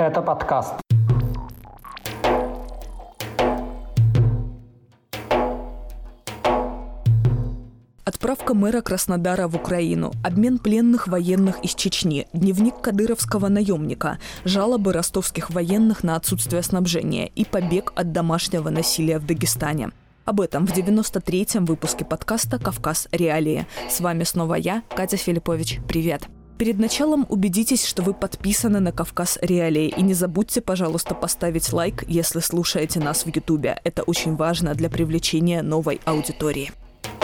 Это подкаст. Отправка мэра Краснодара в Украину, обмен пленных военных из Чечни, дневник кадыровского наемника, жалобы ростовских военных на отсутствие снабжения и побег от домашнего насилия в Дагестане. Об этом в 93-м выпуске подкаста «Кавказ. Реалии». С вами снова я, Катя Филиппович. Привет! Перед началом убедитесь, что вы подписаны на «Кавказ. Реалии». И не забудьте, пожалуйста, поставить лайк, если слушаете нас в Ютубе. Это очень важно для привлечения новой аудитории.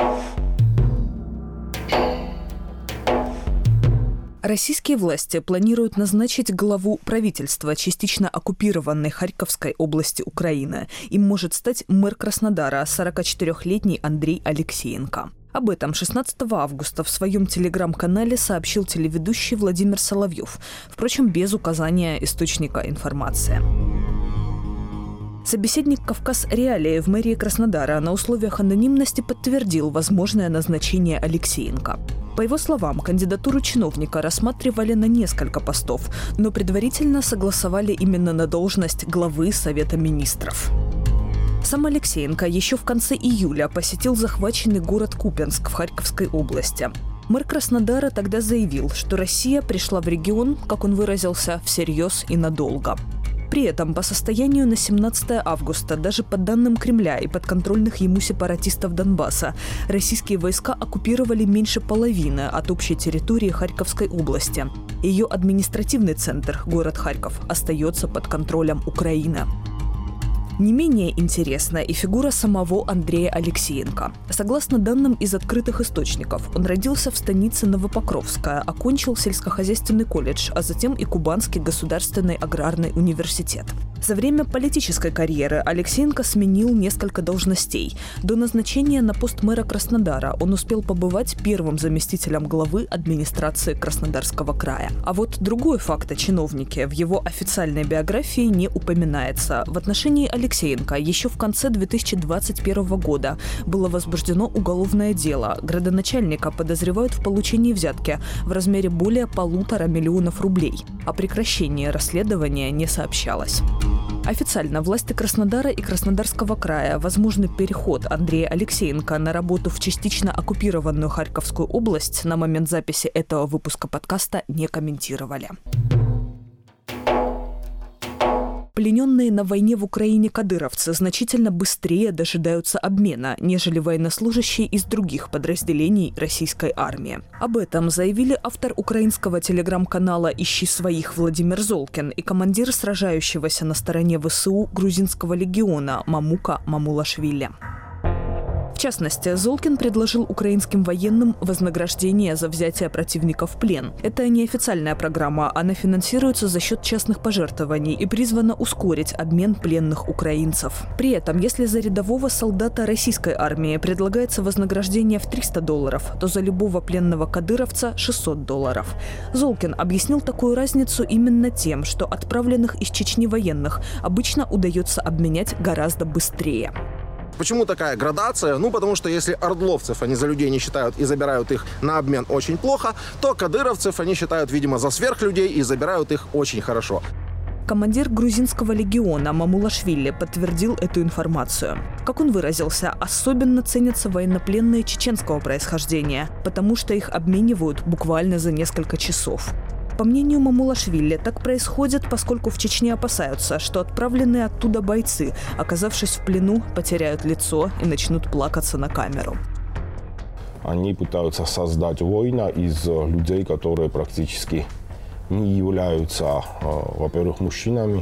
Российские власти планируют назначить главу правительства частично оккупированной Харьковской области Украины. Им может стать мэр Краснодара, 44-летний Андрей Алексеенко. Об этом 16 августа в своем телеграм-канале сообщил телеведущий Владимир Соловьев, впрочем, без указания источника информации. Собеседник «Кавказ. Реалии» в мэрии Краснодара на условиях анонимности подтвердил возможное назначение Алексеенко. По его словам, кандидатуру чиновника рассматривали на несколько постов, но предварительно согласовали именно на должность главы Совета министров. Сам Алексеенко еще в конце июля посетил захваченный город Купянск в Харьковской области. Мэр Краснодара тогда заявил, что Россия пришла в регион, как он выразился, всерьез и надолго. При этом по состоянию на 17 августа, даже по данным Кремля и подконтрольных ему сепаратистов Донбасса, российские войска оккупировали меньше половины от общей территории Харьковской области. Ее административный центр, город Харьков, остается под контролем Украины. Не менее интересна и фигура самого Андрея Алексеенко. Согласно данным из открытых источников, он родился в станице Новопокровская, окончил сельскохозяйственный колледж, а затем и Кубанский государственный аграрный университет. За время политической карьеры Алексеенко сменил несколько должностей. До назначения на пост мэра Краснодара он успел побывать первым заместителем главы администрации Краснодарского края. А вот другой факт о чиновнике в его официальной биографии не упоминается. В отношении Алексеенко еще в конце 2021 года было возбуждено уголовное дело. Градоначальника подозревают в получении взятки в размере более 1,5 миллиона рублей. О прекращении расследования не сообщалось. Официально власти Краснодара и Краснодарского края возможный переход Андрея Алексеенко на работу в частично оккупированную Харьковскую область на момент записи этого выпуска подкаста не комментировали. Плененные на войне в Украине кадыровцы значительно быстрее дожидаются обмена, нежели военнослужащие из других подразделений российской армии. Об этом заявили автор украинского телеграм-канала «Ищи своих» Владимир Золкин и командир сражающегося на стороне ВСУ грузинского легиона Мамука Мамулашвили. В частности, Золкин предложил украинским военным вознаграждение за взятие противника в плен. Это неофициальная программа, она финансируется за счет частных пожертвований и призвана ускорить обмен пленных украинцев. При этом, если за рядового солдата российской армии предлагается вознаграждение в $300, то за любого пленного кадыровца $600. Золкин объяснил такую разницу именно тем, что отправленных из Чечни военных обычно удается обменять гораздо быстрее. Почему такая градация? Потому что если ордловцев они за людей не считают и забирают их на обмен очень плохо, то кадыровцев они считают, видимо, за сверхлюдей и забирают их очень хорошо. Командир грузинского легиона Мамулашвили подтвердил эту информацию. Как он выразился, особенно ценятся военнопленные чеченского происхождения, потому что их обменивают буквально за несколько часов. По мнению Мамулашвили, так происходит, поскольку в Чечне опасаются, что отправленные оттуда бойцы, оказавшись в плену, потеряют лицо и начнут плакаться на камеру. Они пытаются создать воина из людей, которые практически не являются, во-первых, мужчинами,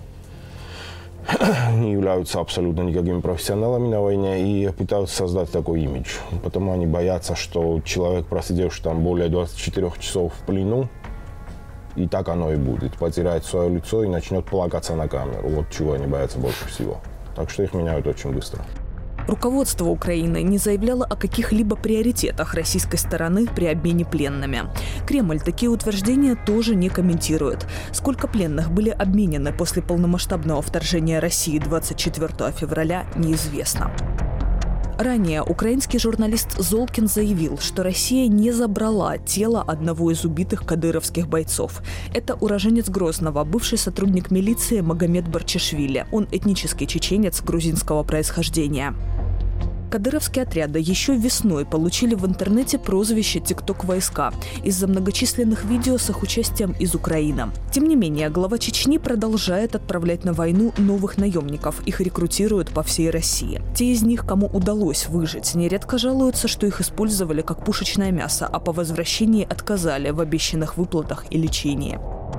не являются абсолютно никакими профессионалами на войне и пытаются создать такой имидж. Потому они боятся, что человек, просидевший там более 24 часов в плену, и так оно и будет. Потеряет свое лицо и начнет плакаться на камеру. Вот чего они боятся больше всего. Так что их меняют очень быстро. Руководство Украины не заявляло о каких-либо приоритетах российской стороны при обмене пленными. Кремль такие утверждения тоже не комментирует. Сколько пленных были обменены после полномасштабного вторжения России 24 февраля, неизвестно. Ранее украинский журналист Золкин заявил, что Россия не забрала тело одного из убитых кадыровских бойцов. Это уроженец Грозного, бывший сотрудник милиции Магомед Барчишвили. Он этнический чеченец грузинского происхождения. Кадыровские отряды еще весной получили в интернете прозвище «ТикТок-войска» из-за многочисленных видео с их участием из Украины. Тем не менее, глава Чечни продолжает отправлять на войну новых наемников. Их рекрутируют по всей России. Те из них, кому удалось выжить, нередко жалуются, что их использовали как пушечное мясо, а по возвращении отказали в обещанных выплатах и лечении.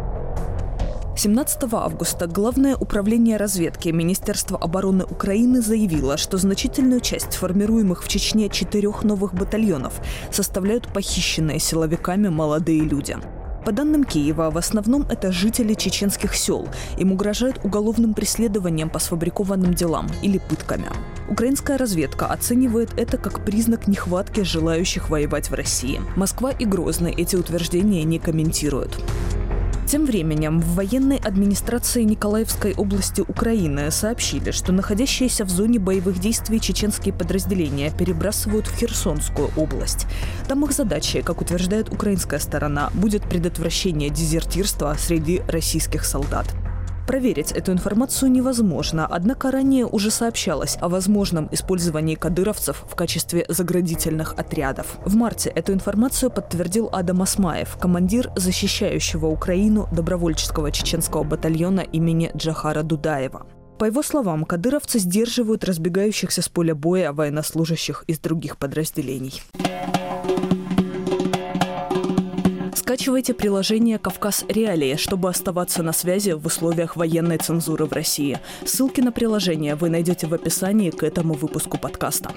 17 августа Главное управление разведки Министерства обороны Украины заявило, что значительную часть формируемых в Чечне 4 новых батальонов составляют похищенные силовиками молодые люди. По данным Киева, в основном это жители чеченских сел. Им угрожают уголовным преследованием по сфабрикованным делам или пытками. Украинская разведка оценивает это как признак нехватки желающих воевать в России. Москва и Грозный эти утверждения не комментируют. Тем временем в военной администрации Николаевской области Украины сообщили, что находящиеся в зоне боевых действий чеченские подразделения перебрасывают в Херсонскую область. Там их задачей, как утверждает украинская сторона, будет предотвращение дезертирства среди российских солдат. Проверить эту информацию невозможно, однако ранее уже сообщалось о возможном использовании кадыровцев в качестве заградительных отрядов. В марте эту информацию подтвердил Адам Осмаев, командир защищающего Украину добровольческого чеченского батальона имени Джахара Дудаева. По его словам, кадыровцы сдерживают разбегающихся с поля боя военнослужащих из других подразделений. Скачивайте приложение «Кавказ Реалии», чтобы оставаться на связи в условиях военной цензуры в России. Ссылки на приложение вы найдете в описании к этому выпуску подкаста.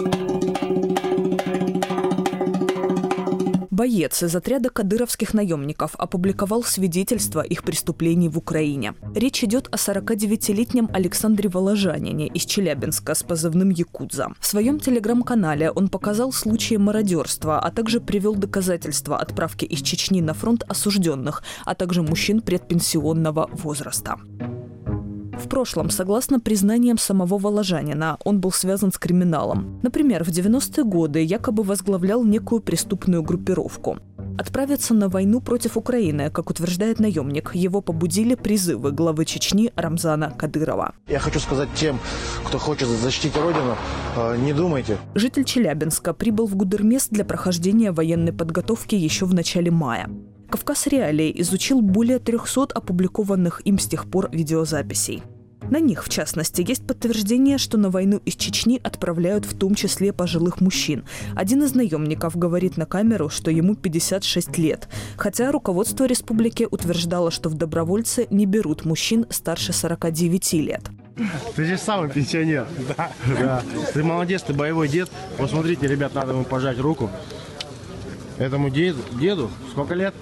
Боец из отряда кадыровских наемников опубликовал свидетельства их преступлений в Украине. Речь идет о 49-летнем Александре Воложанине из Челябинска с позывным «Якудза». В своем телеграм-канале он показал случаи мародерства, а также привел доказательства отправки из Чечни на фронт осужденных, а также мужчин предпенсионного возраста. В прошлом, согласно признаниям самого Воложанина, он был связан с криминалом. Например, в 90-е годы якобы возглавлял некую преступную группировку. Отправиться на войну против Украины, как утверждает наемник, его побудили призывы главы Чечни Рамзана Кадырова. Я хочу сказать тем, кто хочет защитить Родину, не думайте. Житель Челябинска прибыл в Гудермес для прохождения военной подготовки еще в начале мая. «Кавказ Реалии» изучил более 300 опубликованных им с тех пор видеозаписей. На них, в частности, есть подтверждение, что на войну из Чечни отправляют в том числе пожилых мужчин. Один из наемников говорит на камеру, что ему 56 лет, хотя руководство республики утверждало, что в добровольцы не берут мужчин старше 49 лет. Ты же самый пенсионер. Да. Ты молодец, ты боевой дед. Посмотрите, ребят, надо ему пожать руку. Этому деду сколько лет?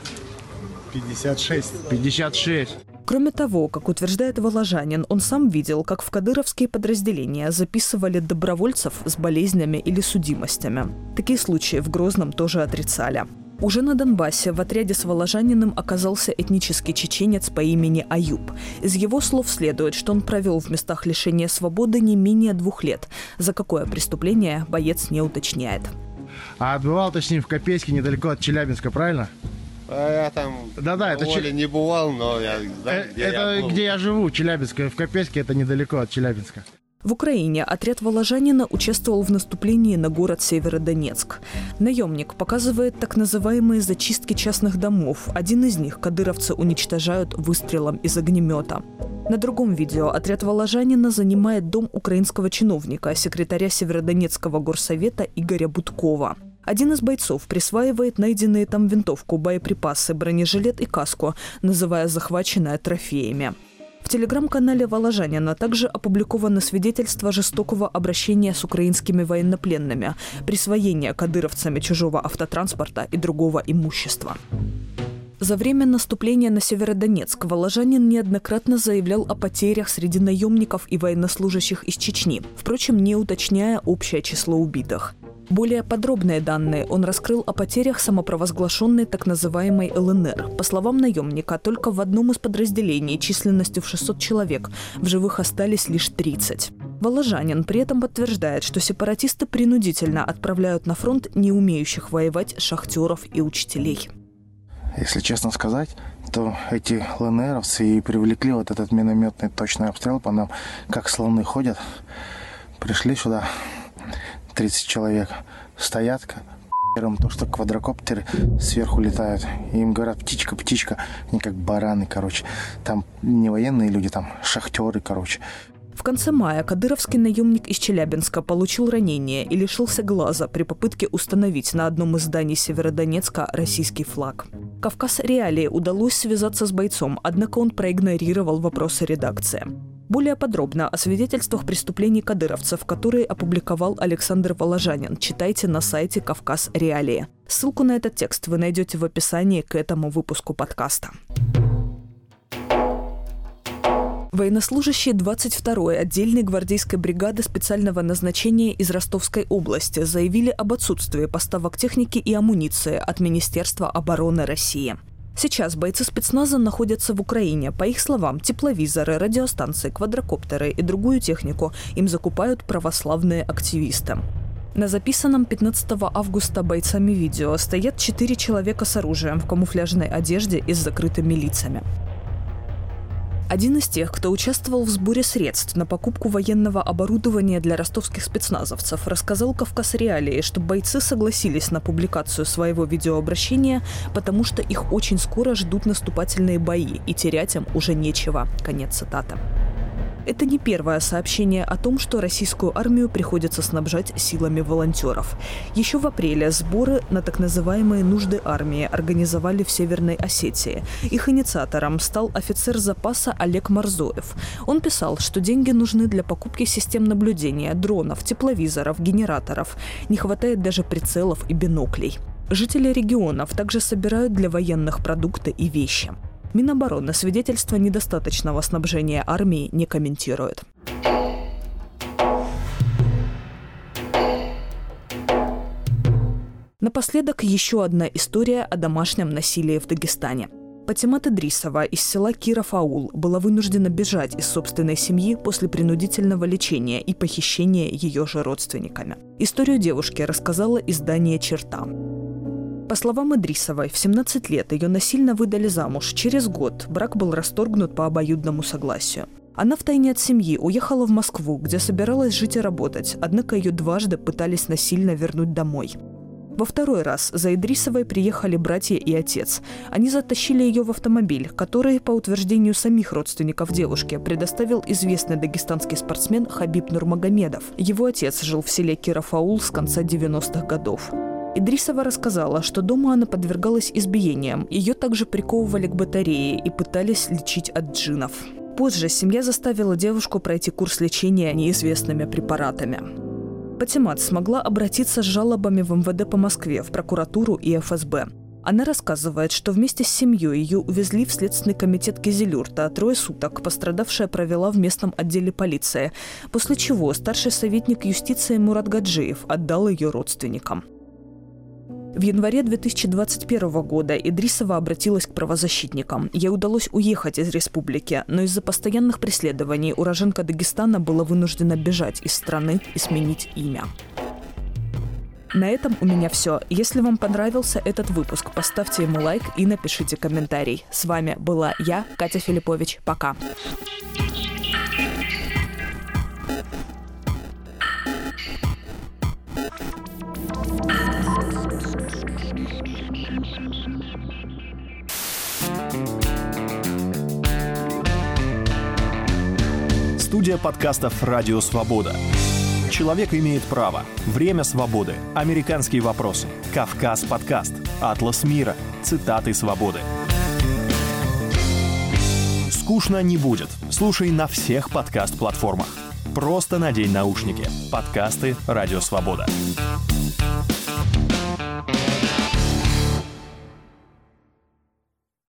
56. 56. Кроме того, как утверждает Воложанин, он сам видел, как в кадыровские подразделения записывали добровольцев с болезнями или судимостями. Такие случаи в Грозном тоже отрицали. Уже на Донбассе в отряде с Воложаниным оказался этнический чеченец по имени Аюб. Из его слов следует, что он провел в местах лишения свободы не менее 2 лет. За какое преступление боец не уточняет. А отбывал, точнее, в Копейске, недалеко от Челябинска, правильно? Я там это не бывал, но я знаю, где я живу, Челябинск. В Копейске это недалеко от Челябинска. В Украине отряд Воложанина участвовал в наступлении на город Северодонецк. Наемник показывает так называемые зачистки частных домов. Один из них кадыровцы уничтожают выстрелом из огнемета. На другом видео отряд Воложанина занимает дом украинского чиновника, секретаря Северодонецкого горсовета Игоря Будкова. Один из бойцов присваивает найденные там винтовку, боеприпасы, бронежилет и каску, называя захваченное трофеями. В телеграм-канале Воложанина также опубликовано свидетельство жестокого обращения с украинскими военнопленными, присвоения кадыровцами чужого автотранспорта и другого имущества. За время наступления на Северодонецк Воложанин неоднократно заявлял о потерях среди наемников и военнослужащих из Чечни, впрочем, не уточняя общее число убитых. Более подробные данные он раскрыл о потерях самопровозглашенной так называемой ЛНР. По словам наемника, только в одном из подразделений численностью в 600 человек в живых остались лишь 30. Воложанин при этом подтверждает, что сепаратисты принудительно отправляют на фронт не умеющих воевать шахтеров и учителей. Если честно сказать, то эти ЛНРовцы и привлекли вот этот минометный точный обстрел по нам, как слоны ходят. Пришли сюда 30 человек, стоят, то, что квадрокоптеры сверху летают. И им говорят: птичка, птичка. Они как бараны, короче. Там не военные люди, там шахтеры, короче. В конце мая кадыровский наемник из Челябинска получил ранение и лишился глаза при попытке установить на одном из зданий Северодонецка российский флаг. «Кавказ Реалии» удалось связаться с бойцом, однако он проигнорировал вопросы редакции. Более подробно о свидетельствах преступлений кадыровцев, которые опубликовал Александр Воложанин, читайте на сайте «Кавказ Реалии». Ссылку на этот текст вы найдете в описании к этому выпуску подкаста. Военнослужащие 22-й отдельной гвардейской бригады специального назначения из Ростовской области заявили об отсутствии поставок техники и амуниции от Министерства обороны России. Сейчас бойцы спецназа находятся в Украине. По их словам, тепловизоры, радиостанции, квадрокоптеры и другую технику им закупают православные активисты. На записанном 15 августа бойцами видео стоят 4 человека с оружием в камуфляжной одежде и с закрытыми лицами. Один из тех, кто участвовал в сборе средств на покупку военного оборудования для ростовских спецназовцев, рассказал «Кавказ Реалии», что бойцы согласились на публикацию своего видеообращения, потому что их очень скоро ждут наступательные бои, и терять им уже нечего. Конец цитаты. Это не первое сообщение о том, что российскую армию приходится снабжать силами волонтеров. Еще в апреле сборы на так называемые нужды армии организовали в Северной Осетии. Их инициатором стал офицер запаса Олег Марзоев. Он писал, что деньги нужны для покупки систем наблюдения, дронов, тепловизоров, генераторов. Не хватает даже прицелов и биноклей. Жители регионов также собирают для военных продукты и вещи. Минобороны свидетельства недостаточного снабжения армии не комментирует. Напоследок еще одна история о домашнем насилии в Дагестане. Патимат Идрисова из села Киров-Аул была вынуждена бежать из собственной семьи после принудительного лечения и похищения ее же родственниками. Историю девушки рассказала издание «Черта». По словам Идрисовой, в 17 лет ее насильно выдали замуж. Через год брак был расторгнут по обоюдному согласию. Она втайне от семьи уехала в Москву, где собиралась жить и работать, однако ее дважды пытались насильно вернуть домой. Во второй раз за Идрисовой приехали братья и отец. Они затащили ее в автомобиль, который, по утверждению самих родственников девушки, предоставил известный дагестанский спортсмен Хабиб Нурмагомедов. Его отец жил в селе Киров-Аул с конца 90-х годов. Идрисова рассказала, что дома она подвергалась избиениям. Ее также приковывали к батарее и пытались лечить от джиннов. Позже семья заставила девушку пройти курс лечения неизвестными препаратами. Патимат смогла обратиться с жалобами в МВД по Москве, в прокуратуру и ФСБ. Она рассказывает, что вместе с семьей ее увезли в Следственный комитет Кизилюрта. 3 суток пострадавшая провела в местном отделе полиции, после чего старший советник юстиции Мурат Гаджиев отдал ее родственникам. В январе 2021 года Идрисова обратилась к правозащитникам. Ей удалось уехать из республики, но из-за постоянных преследований уроженка Дагестана была вынуждена бежать из страны и сменить имя. На этом у меня все. Если вам понравился этот выпуск, поставьте ему лайк и напишите комментарий. С вами была я, Катя Филиппович. Пока. Студия подкастов «Радио Свобода». Человек имеет право. Время свободы. Американские вопросы. Кавказ подкаст. Атлас мира. Цитаты свободы. Скучно не будет. Слушай на всех подкаст-платформах. Просто надень наушники. Подкасты «Радио Свобода».